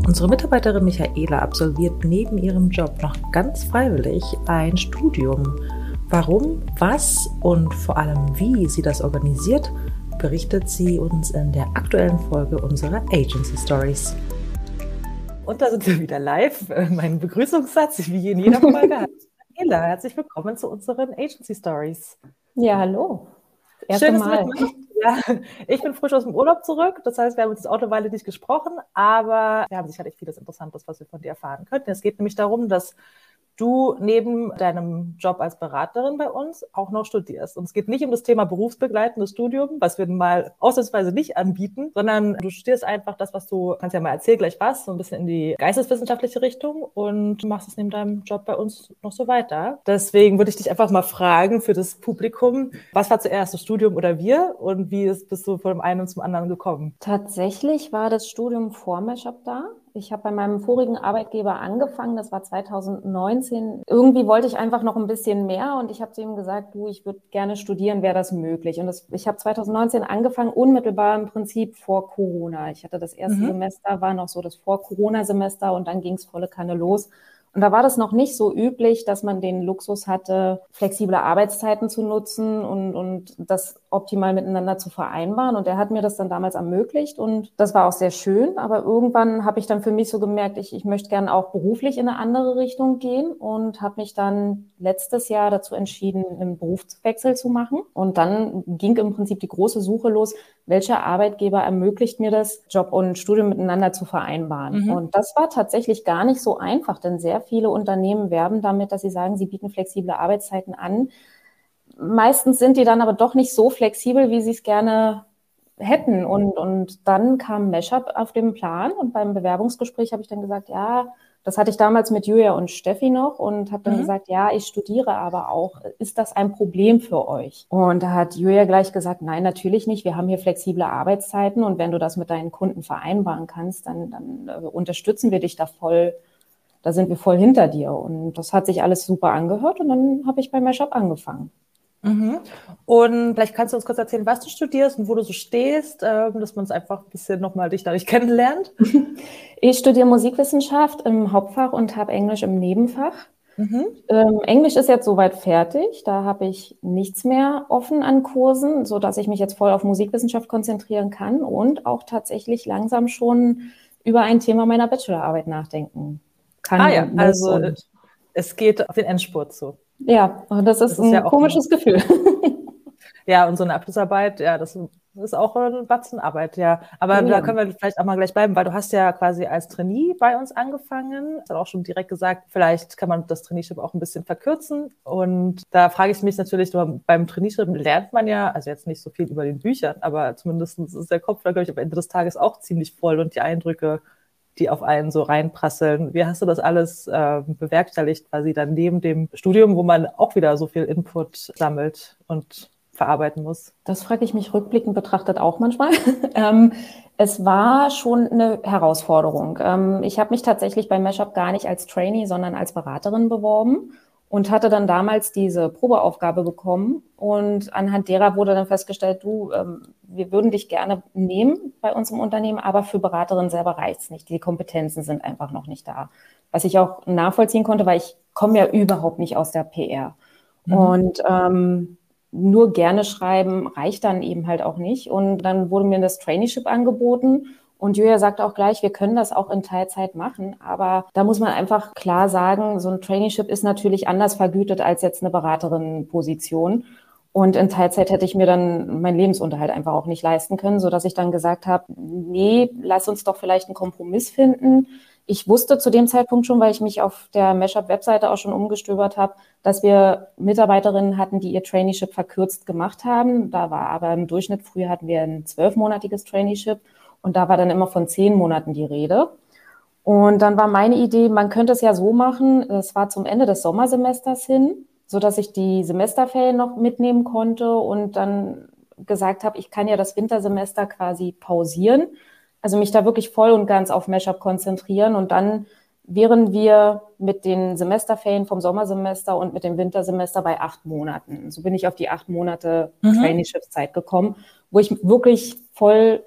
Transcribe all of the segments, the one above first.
Unsere Mitarbeiterin Michaela absolviert neben ihrem Job noch ganz freiwillig ein Studium. Warum, was und vor allem wie sie das organisiert, berichtet sie uns in der aktuellen Folge unserer Agency Stories. Und da sind wir wieder live. Mein Begrüßungssatz, wie in jeder Folge, hat Michaela. Herzlich willkommen zu unseren Agency Stories. Ja, hallo. Schön, dass du mitmachst. Ja, ich bin frisch aus dem Urlaub zurück. Das heißt, wir haben uns jetzt auch eine Weile nicht gesprochen, aber wir haben sicherlich vieles Interessantes, was wir von dir erfahren könnten. Es geht nämlich darum, dass du neben deinem Job als Beraterin bei uns auch noch studierst. Und es geht nicht um das Thema berufsbegleitendes Studium, was wir mal ausnahmsweise nicht anbieten, sondern du studierst einfach das, was du, kannst ja mal erzählen gleich was, so ein bisschen in die geisteswissenschaftliche Richtung und machst es neben deinem Job bei uns noch so weiter. Deswegen würde ich dich einfach mal fragen für das Publikum, was war zuerst, das Studium oder wir und bist du von dem einen zum anderen gekommen? Tatsächlich war das Studium vor Mashup da. Ich habe bei meinem vorigen Arbeitgeber angefangen, das war 2019. Irgendwie wollte ich einfach noch ein bisschen mehr und ich habe zu ihm gesagt, du, ich würde gerne studieren, wäre das möglich? Und ich habe 2019 angefangen, unmittelbar im Prinzip vor Corona. Ich hatte das erste Semester, war noch so das Vor-Corona-Semester und dann ging es volle Kanne los. Und da war das noch nicht so üblich, dass man den Luxus hatte, flexible Arbeitszeiten zu nutzen und das optimal miteinander zu vereinbaren. Und er hat mir das dann damals ermöglicht und das war auch sehr schön. Aber irgendwann habe ich dann für mich so gemerkt, ich möchte gerne auch beruflich in eine andere Richtung gehen und habe mich dann letztes Jahr dazu entschieden, einen Berufswechsel zu machen. Und dann ging im Prinzip die große Suche los, welcher Arbeitgeber ermöglicht mir das, Job und Studium miteinander zu vereinbaren. Und das war tatsächlich gar nicht so einfach, denn sehr viele Unternehmen werben damit, dass sie sagen, sie bieten flexible Arbeitszeiten an. Meistens sind die dann aber doch nicht so flexibel, wie sie es gerne hätten. Und dann kam Mashup auf den Plan und beim Bewerbungsgespräch habe ich dann gesagt, ja, das hatte ich damals mit Julia und Steffi noch und habe dann gesagt, ja, ich studiere aber auch. Ist das ein Problem für euch? Und da hat Julia gleich gesagt, nein, natürlich nicht. Wir haben hier flexible Arbeitszeiten und wenn du das mit deinen Kunden vereinbaren kannst, dann unterstützen wir dich da voll. Da sind wir voll hinter dir. Und das hat sich alles super angehört und dann habe ich bei Mashup angefangen. Und vielleicht kannst du uns kurz erzählen, was du studierst und wo du so stehst, dass man uns einfach ein bisschen nochmal dich dadurch kennenlernt. Ich studiere Musikwissenschaft im Hauptfach und habe Englisch im Nebenfach. Englisch ist jetzt soweit fertig. Da habe ich nichts mehr offen an Kursen, sodass ich mich jetzt voll auf Musikwissenschaft konzentrieren kann und auch tatsächlich langsam schon über ein Thema meiner Bachelorarbeit nachdenken kann. Also es geht auf den Endspurt zu. Ja, das ist ein komisches Gefühl. Ja, und so eine Abschlussarbeit, ja, das ist auch ein Batzen Arbeit, ja. Aber da können wir vielleicht auch mal gleich bleiben, weil du hast ja quasi als Trainee bei uns angefangen. Du hast auch schon direkt gesagt, vielleicht kann man das Traineeship auch ein bisschen verkürzen. Und da frage ich mich natürlich, beim Traineeship lernt man ja, also jetzt nicht so viel über den Büchern, aber zumindest ist der Kopf da, glaube ich, am Ende des Tages auch ziemlich voll und die Eindrücke, die auf einen so reinprasseln. Wie hast du das alles bewerkstelligt, quasi dann neben dem Studium, wo man auch wieder so viel Input sammelt und verarbeiten muss? Das frage ich mich rückblickend betrachtet auch manchmal. Es war schon eine Herausforderung. Ich habe mich tatsächlich bei Mashup gar nicht als Trainee, sondern als Beraterin beworben und hatte dann damals diese Probeaufgabe bekommen. Und anhand derer wurde dann festgestellt, wir würden dich gerne nehmen bei uns im Unternehmen, aber für Beraterin selber reicht's nicht. Die Kompetenzen sind einfach noch nicht da. Was ich auch nachvollziehen konnte, weil ich komme ja überhaupt nicht aus der PR. Und nur gerne schreiben reicht dann eben halt auch nicht. Und dann wurde mir das Traineeship angeboten. Und Julia sagte auch gleich, wir können das auch in Teilzeit machen. Aber da muss man einfach klar sagen, so ein Traineeship ist natürlich anders vergütet als jetzt eine Beraterinnenposition. Und in Teilzeit hätte ich mir dann meinen Lebensunterhalt einfach auch nicht leisten können, sodass ich dann gesagt habe, nee, lass uns doch vielleicht einen Kompromiss finden. Ich wusste zu dem Zeitpunkt schon, weil ich mich auf der Mashup-Webseite auch schon umgestöbert habe, dass wir Mitarbeiterinnen hatten, die ihr Traineeship verkürzt gemacht haben. Da war aber im Durchschnitt, früher hatten wir ein 12-monatiges Traineeship und da war dann immer von 10 Monaten die Rede. Und dann war meine Idee, man könnte es ja so machen, es war zum Ende des Sommersemesters hin, sodass ich die Semesterferien noch mitnehmen konnte und dann gesagt habe, ich kann ja das Wintersemester quasi pausieren. Also mich da wirklich voll und ganz auf Mashup konzentrieren und dann wären wir mit den Semesterferien vom Sommersemester und mit dem Wintersemester bei 8 Monaten. So bin ich auf die 8 Monate Traineeship-Zeit gekommen, wo ich wirklich voll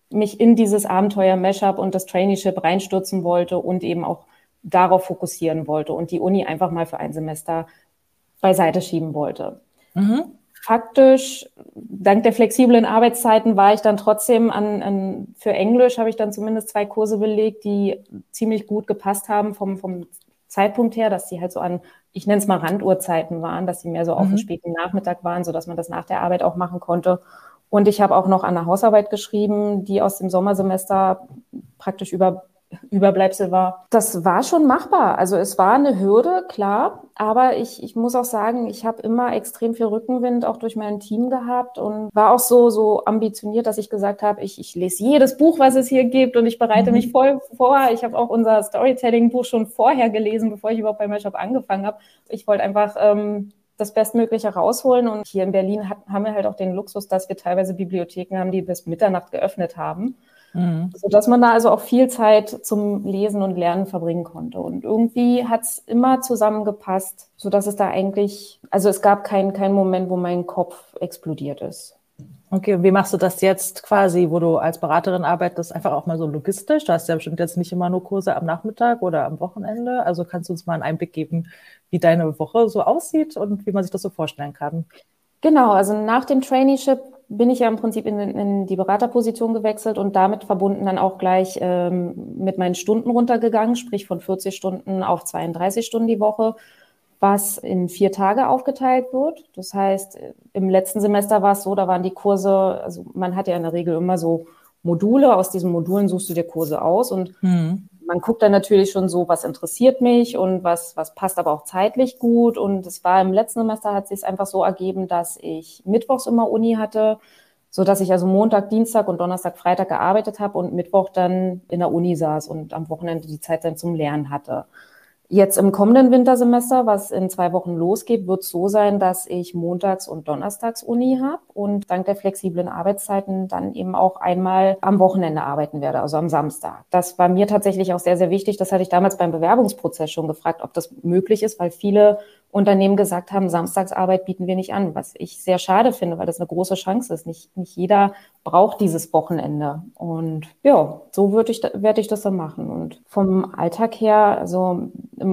mich in dieses Abenteuer Mashup und das Traineeship reinstürzen wollte und eben auch darauf fokussieren wollte und die Uni einfach mal für ein Semester beiseite schieben wollte. Mhm. Faktisch, dank der flexiblen Arbeitszeiten war ich dann trotzdem für Englisch habe ich dann zumindest 2 Kurse belegt, die ziemlich gut gepasst haben vom Zeitpunkt her, dass die halt so an, ich nenne es mal Randuhrzeiten waren, dass die mehr so auf den späten Nachmittag waren, sodass man das nach der Arbeit auch machen konnte. Und ich habe auch noch an der Hausarbeit geschrieben, die aus dem Sommersemester praktisch Überbleibsel war. Das war schon machbar. Also es war eine Hürde, klar, aber ich muss auch sagen, ich habe immer extrem viel Rückenwind auch durch mein Team gehabt und war auch so ambitioniert, dass ich gesagt habe, ich lese jedes Buch, was es hier gibt und ich bereite mich voll vor. Ich habe auch unser Storytelling-Buch schon vorher gelesen, bevor ich überhaupt bei Mashup angefangen habe. Ich wollte einfach das Bestmögliche rausholen. Und hier in Berlin haben wir halt auch den Luxus, dass wir teilweise Bibliotheken haben, die bis Mitternacht geöffnet haben. Sodass man da also auch viel Zeit zum Lesen und Lernen verbringen konnte. Und irgendwie hat es immer zusammengepasst, sodass es da eigentlich, also es gab keinen Moment, wo mein Kopf explodiert ist. Okay, und wie machst du das jetzt quasi, wo du als Beraterin arbeitest, einfach auch mal so logistisch? Du hast ja bestimmt jetzt nicht immer nur Kurse am Nachmittag oder am Wochenende. Also kannst du uns mal einen Einblick geben, wie deine Woche so aussieht und wie man sich das so vorstellen kann? Genau, also nach dem Traineeship bin ich ja im Prinzip in die Beraterposition gewechselt und damit verbunden dann auch gleich mit meinen Stunden runtergegangen, sprich von 40 Stunden auf 32 Stunden die Woche, was in 4 Tage aufgeteilt wird. Das heißt, im letzten Semester war es so, da waren die Kurse, also man hat ja in der Regel immer so Module, aus diesen Modulen suchst du dir Kurse aus und man guckt dann natürlich schon so, was interessiert mich und was passt aber auch zeitlich gut. Und es war im letzten Semester, hat sich es einfach so ergeben, dass ich mittwochs immer Uni hatte, so dass ich also Montag, Dienstag und Donnerstag, Freitag gearbeitet habe und Mittwoch dann in der Uni saß und am Wochenende die Zeit dann zum Lernen hatte. Jetzt im kommenden Wintersemester, was in 2 Wochen losgeht, wird es so sein, dass ich montags und donnerstags Uni habe und dank der flexiblen Arbeitszeiten dann eben auch einmal am Wochenende arbeiten werde, also am Samstag. Das war mir tatsächlich auch sehr, sehr wichtig. Das hatte ich damals beim Bewerbungsprozess schon gefragt, ob das möglich ist, weil viele Unternehmen gesagt haben, Samstagsarbeit bieten wir nicht an, was ich sehr schade finde, weil das eine große Chance ist. Nicht jeder braucht dieses Wochenende. Und ja, so werde ich das dann machen. Und vom Alltag her, also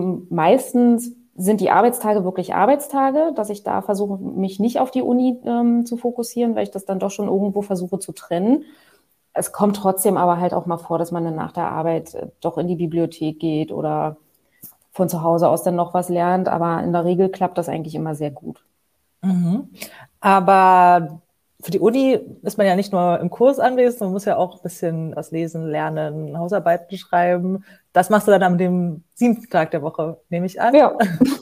meistens sind die Arbeitstage wirklich Arbeitstage, dass ich da versuche, mich nicht auf die Uni zu fokussieren, weil ich das dann doch schon irgendwo versuche zu trennen. Es kommt trotzdem aber halt auch mal vor, dass man dann nach der Arbeit doch in die Bibliothek geht oder von zu Hause aus dann noch was lernt. Aber in der Regel klappt das eigentlich immer sehr gut. Aber für die Uni ist man ja nicht nur im Kurs anwesend, man muss ja auch ein bisschen was lesen, lernen, Hausarbeiten schreiben. Das machst du dann an dem 7. Tag der Woche, nehme ich an. Ja.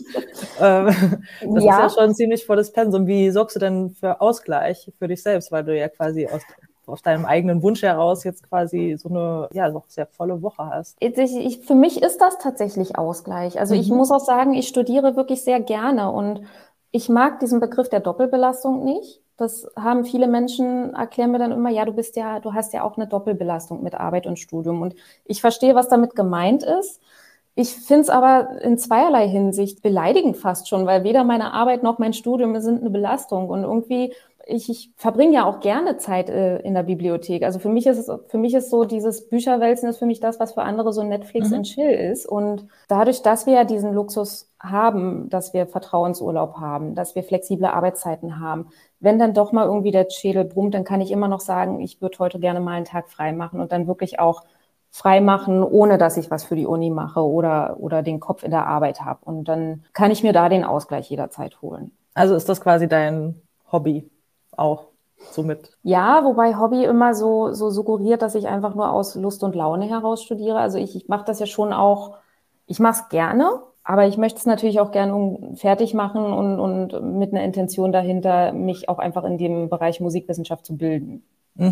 Das ist ja schon ein ziemlich volles Pensum. Wie sorgst du denn für Ausgleich für dich selbst, weil du ja quasi aus deinem eigenen Wunsch heraus jetzt quasi so eine, ja, doch sehr volle Woche hast? Für mich ist das tatsächlich Ausgleich. Also ich muss auch sagen, ich studiere wirklich sehr gerne und ich mag diesen Begriff der Doppelbelastung nicht. Das haben viele Menschen, erklären mir dann immer, ja, du hast ja auch eine Doppelbelastung mit Arbeit und Studium. Und ich verstehe, was damit gemeint ist. Ich finde es aber in zweierlei Hinsicht beleidigend fast schon, weil weder meine Arbeit noch mein Studium sind eine Belastung. Und irgendwie, ich verbringe ja auch gerne Zeit in der Bibliothek. Also für mich ist so, dieses Bücherwälzen ist für mich das, was für andere so Netflix and Chill ist. Und dadurch, dass wir ja diesen Luxus haben, dass wir Vertrauensurlaub haben, dass wir flexible Arbeitszeiten haben, wenn dann doch mal irgendwie der Schädel brummt, dann kann ich immer noch sagen, ich würde heute gerne mal einen Tag frei machen und dann wirklich auch frei machen, ohne dass ich was für die Uni mache oder den Kopf in der Arbeit habe. Und dann kann ich mir da den Ausgleich jederzeit holen. Also ist das quasi dein Hobby auch somit? Ja, wobei Hobby immer so suggeriert, dass ich einfach nur aus Lust und Laune heraus studiere. Also ich mache das ja schon auch, ich mache es gerne, aber ich möchte es natürlich auch gerne fertig machen und mit einer Intention dahinter, mich auch einfach in dem Bereich Musikwissenschaft zu bilden.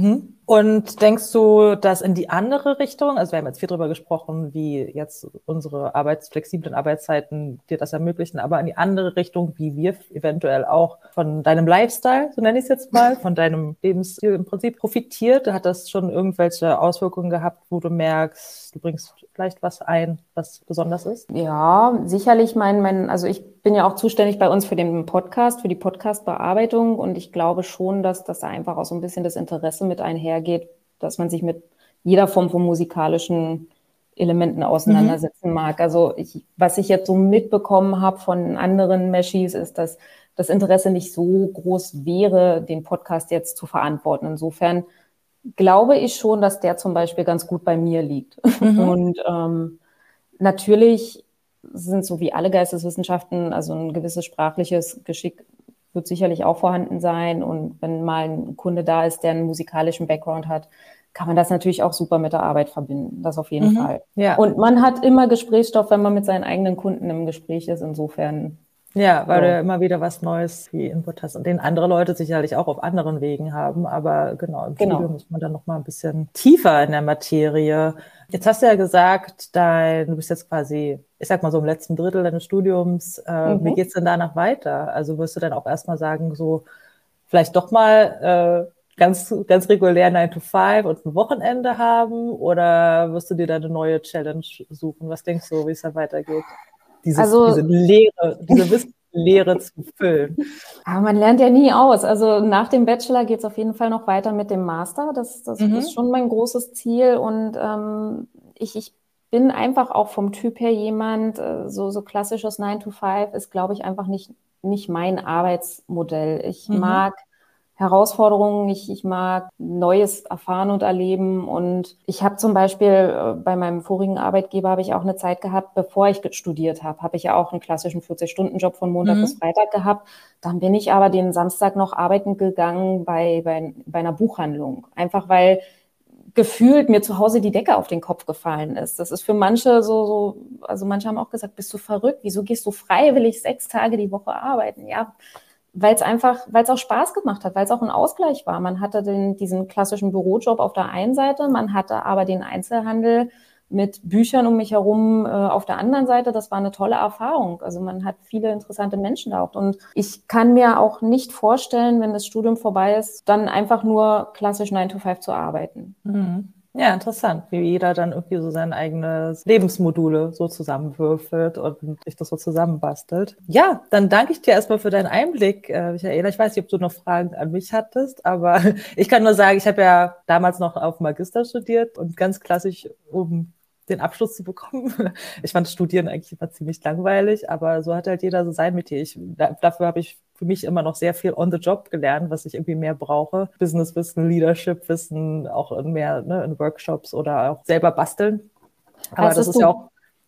Und denkst du, dass in die andere Richtung, also wir haben jetzt viel drüber gesprochen, wie jetzt unsere flexiblen Arbeitszeiten dir das ermöglichen, aber in die andere Richtung, wie wir eventuell auch von deinem Lifestyle, so nenne ich es jetzt mal, von deinem Lebensstil im Prinzip profitiert? Hat das schon irgendwelche Auswirkungen gehabt, wo du merkst, du bringst vielleicht was ein, was besonders ist? Ja, sicherlich also ich bin ja auch zuständig bei uns für den Podcast, für die Podcast-Bearbeitung und ich glaube schon, dass da einfach auch so ein bisschen das Interesse mit einhergeht, dass man sich mit jeder Form von musikalischen Elementen auseinandersetzen mag. Also was ich jetzt so mitbekommen habe von anderen Meshis, ist, dass das Interesse nicht so groß wäre, den Podcast jetzt zu verantworten. Insofern glaube ich schon, dass der zum Beispiel ganz gut bei mir liegt. Und natürlich sind so wie alle Geisteswissenschaften, also ein gewisses sprachliches Geschick wird sicherlich auch vorhanden sein. Und wenn mal ein Kunde da ist, der einen musikalischen Background hat, kann man das natürlich auch super mit der Arbeit verbinden. Das auf jeden Fall. Ja. Und man hat immer Gesprächsstoff, wenn man mit seinen eigenen Kunden im Gespräch ist. Insofern. Ja, weil du ja immer wieder was Neues wie Input hast und den andere Leute sicherlich auch auf anderen Wegen haben. Aber genau, im Studium ist man dann noch mal ein bisschen tiefer in der Materie. Jetzt hast du ja gesagt, du bist jetzt quasi, ich sag mal so im letzten Drittel deines Studiums. Wie geht's denn danach weiter? Also wirst du dann auch erstmal sagen, so vielleicht doch mal ganz regulär 9 to 5 und ein Wochenende haben? Oder wirst du dir da eine neue Challenge suchen? Was denkst du, wie es dann weitergeht? Diese Wissenslehre zu füllen. Aber man lernt ja nie aus. Also nach dem Bachelor geht es auf jeden Fall noch weiter mit dem Master. Das ist schon mein großes Ziel. Und ich bin einfach auch vom Typ her jemand, so klassisches 9 to 5 ist, glaube ich, einfach nicht mein Arbeitsmodell. Ich mag Herausforderungen, ich mag Neues erfahren und erleben. Und ich habe zum Beispiel bei meinem vorigen Arbeitgeber habe ich auch eine Zeit gehabt, bevor ich studiert habe ich ja auch einen klassischen 40-Stunden-Job von Montag bis Freitag gehabt. Dann bin ich aber den Samstag noch arbeiten gegangen bei einer Buchhandlung. Einfach weil gefühlt mir zu Hause die Decke auf den Kopf gefallen ist. Das ist für manche also manche haben auch gesagt, bist du verrückt? Wieso gehst du freiwillig 6 Tage die Woche arbeiten? Ja, weil es auch Spaß gemacht hat, weil es auch ein Ausgleich war. Man hatte diesen klassischen Bürojob auf der einen Seite, man hatte aber den Einzelhandel mit Büchern um mich herum auf der anderen Seite. Das war eine tolle Erfahrung. Also man hat viele interessante Menschen da auch. Und ich kann mir auch nicht vorstellen, wenn das Studium vorbei ist, dann einfach nur klassisch 9 to 5 zu arbeiten. Ja, interessant, wie jeder dann irgendwie so sein eigenes Lebensmodule so zusammenwürfelt und sich das so zusammenbastelt. Ja, dann danke ich dir erstmal für deinen Einblick, Michaela. Ich weiß nicht, ob du noch Fragen an mich hattest, aber ich kann nur sagen, ich habe ja damals noch auf Magister studiert und ganz klassisch, um den Abschluss zu bekommen. Ich fand Studieren eigentlich immer ziemlich langweilig, aber so hat halt jeder so sein Metier. Dafür habe ich für mich immer noch sehr viel on the job gelernt, was ich irgendwie mehr brauche. Businesswissen, Leadership-Wissen, auch mehr in Workshops oder auch selber basteln. Aber das ist ja auch...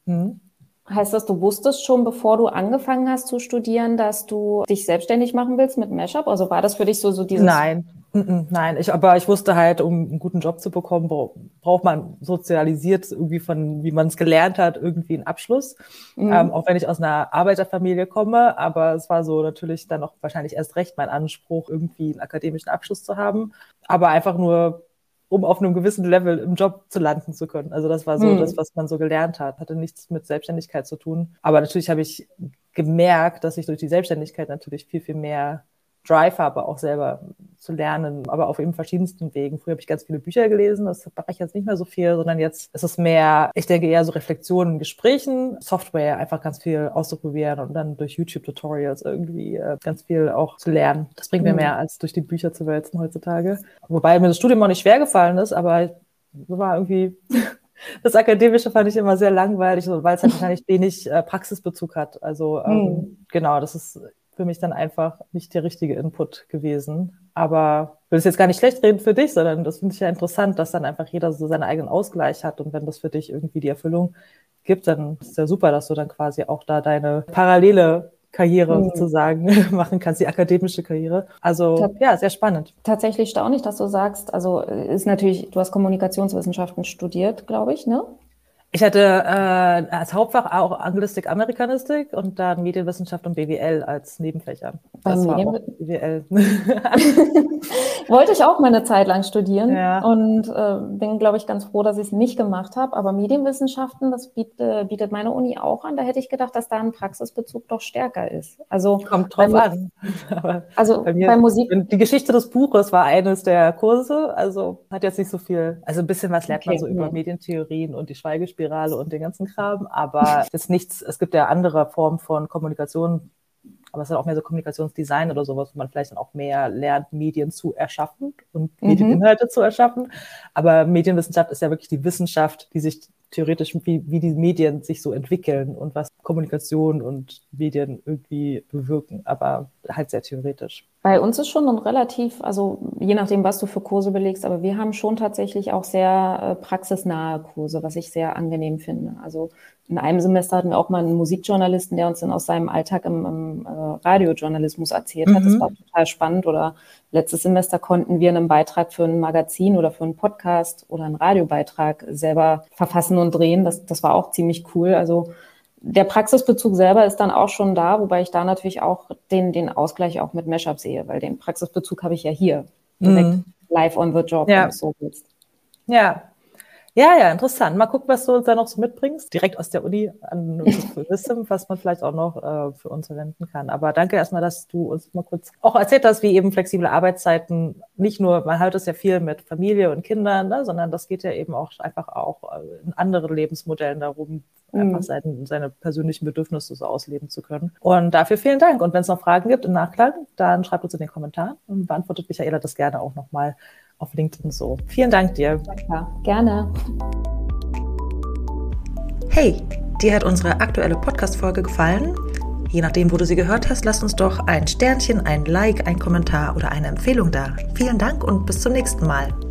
Heißt das, du wusstest schon, bevor du angefangen hast zu studieren, dass du dich selbstständig machen willst mit Mashup? Also war das für dich so dieses... Nein. Aber ich wusste halt, um einen guten Job zu bekommen, braucht man sozialisiert irgendwie wie man es gelernt hat, irgendwie einen Abschluss. Auch wenn ich aus einer Arbeiterfamilie komme, aber es war so natürlich dann auch wahrscheinlich erst recht mein Anspruch, irgendwie einen akademischen Abschluss zu haben. Aber einfach nur, um auf einem gewissen Level im Job zu landen zu können. Also das war so das, was man so gelernt hat. Hatte nichts mit Selbstständigkeit zu tun. Aber natürlich habe ich gemerkt, dass ich durch die Selbstständigkeit natürlich viel, viel mehr Drive habe, auch selber zu lernen, aber auf eben verschiedensten Wegen. Früher habe ich ganz viele Bücher gelesen, das mache ich jetzt nicht mehr so viel, sondern jetzt ist es mehr, ich denke eher so Reflexionen, Gesprächen, Software, einfach ganz viel auszuprobieren und dann durch YouTube-Tutorials irgendwie ganz viel auch zu lernen. Das bringt mir mehr, als durch die Bücher zu wälzen heutzutage. Wobei mir das Studium auch nicht schwer gefallen ist, aber so war irgendwie... Das Akademische fand ich immer sehr langweilig, weil es halt wahrscheinlich wenig Praxisbezug hat. Also genau, das ist für mich dann einfach nicht der richtige Input gewesen. Aber ich will es jetzt gar nicht schlecht reden für dich, sondern das finde ich ja interessant, dass dann einfach jeder so seinen eigenen Ausgleich hat. Und wenn das für dich irgendwie die Erfüllung gibt, dann ist es ja super, dass du dann quasi auch da deine parallele Karriere sozusagen machen kannst, die akademische Karriere. Also ja, sehr spannend. Tatsächlich erstaunlich, dass du sagst, also ist natürlich, du hast Kommunikationswissenschaften studiert, glaube ich, ne? Ich hatte als Hauptfach auch Anglistik, Amerikanistik und dann Medienwissenschaft und BWL als Nebenfächer. Das war auch BWL. Wollte ich auch mal eine Zeit lang studieren und bin, glaube ich, ganz froh, dass ich es nicht gemacht habe. Aber Medienwissenschaften, das bietet meine Uni auch an. Da hätte ich gedacht, dass da ein Praxisbezug doch stärker ist. Also kommt drauf an. Also bei Musik. Die Geschichte des Buches war eines der Kurse, also hat jetzt nicht so viel, also ein bisschen was lernt man so über Medientheorien und die Schweigespirale und den ganzen Kram, aber jetzt nichts, es gibt ja andere Formen von Kommunikation, aber es ist auch mehr so Kommunikationsdesign oder sowas, wo man vielleicht dann auch mehr lernt, Medien zu erschaffen und Medieninhalte zu erschaffen. Aber Medienwissenschaft ist ja wirklich die Wissenschaft, die sich theoretisch, wie die Medien sich so entwickeln und was Kommunikation und Medien irgendwie bewirken, aber halt sehr theoretisch. Bei uns ist schon ein relativ, also je nachdem, was du für Kurse belegst, aber wir haben schon tatsächlich auch sehr praxisnahe Kurse, was ich sehr angenehm finde. Also in einem Semester hatten wir auch mal einen Musikjournalisten, der uns dann aus seinem Alltag im Radiojournalismus erzählt hat. Das war total spannend. Oder letztes Semester konnten wir einen Beitrag für ein Magazin oder für einen Podcast oder einen Radiobeitrag selber verfassen und drehen. Das war auch ziemlich cool. Also der Praxisbezug selber ist dann auch schon da, wobei ich da natürlich auch den Ausgleich auch mit Mashup sehe, weil den Praxisbezug habe ich ja hier, direkt live on the job, wenn du es so willst. Ja, interessant. Mal gucken, was du uns da noch so mitbringst, direkt aus der Uni an Wissen, was man vielleicht auch noch für uns verwenden kann. Aber danke erstmal, dass du uns mal kurz auch erzählt hast, wie eben flexible Arbeitszeiten, nicht nur, man hört es ja viel mit Familie und Kindern, ne, sondern das geht ja eben auch einfach auch in anderen Lebensmodellen darum, einfach seine persönlichen Bedürfnisse so ausleben zu können. Und dafür vielen Dank. Und wenn es noch Fragen gibt im Nachklang, dann schreibt uns in den Kommentaren und beantwortet Michaela das gerne auch nochmal auf LinkedIn so. Vielen Dank dir. Ja, gerne. Hey, dir hat unsere aktuelle Podcast-Folge gefallen? Je nachdem, wo du sie gehört hast, lass uns doch ein Sternchen, ein Like, ein Kommentar oder eine Empfehlung da. Vielen Dank und bis zum nächsten Mal.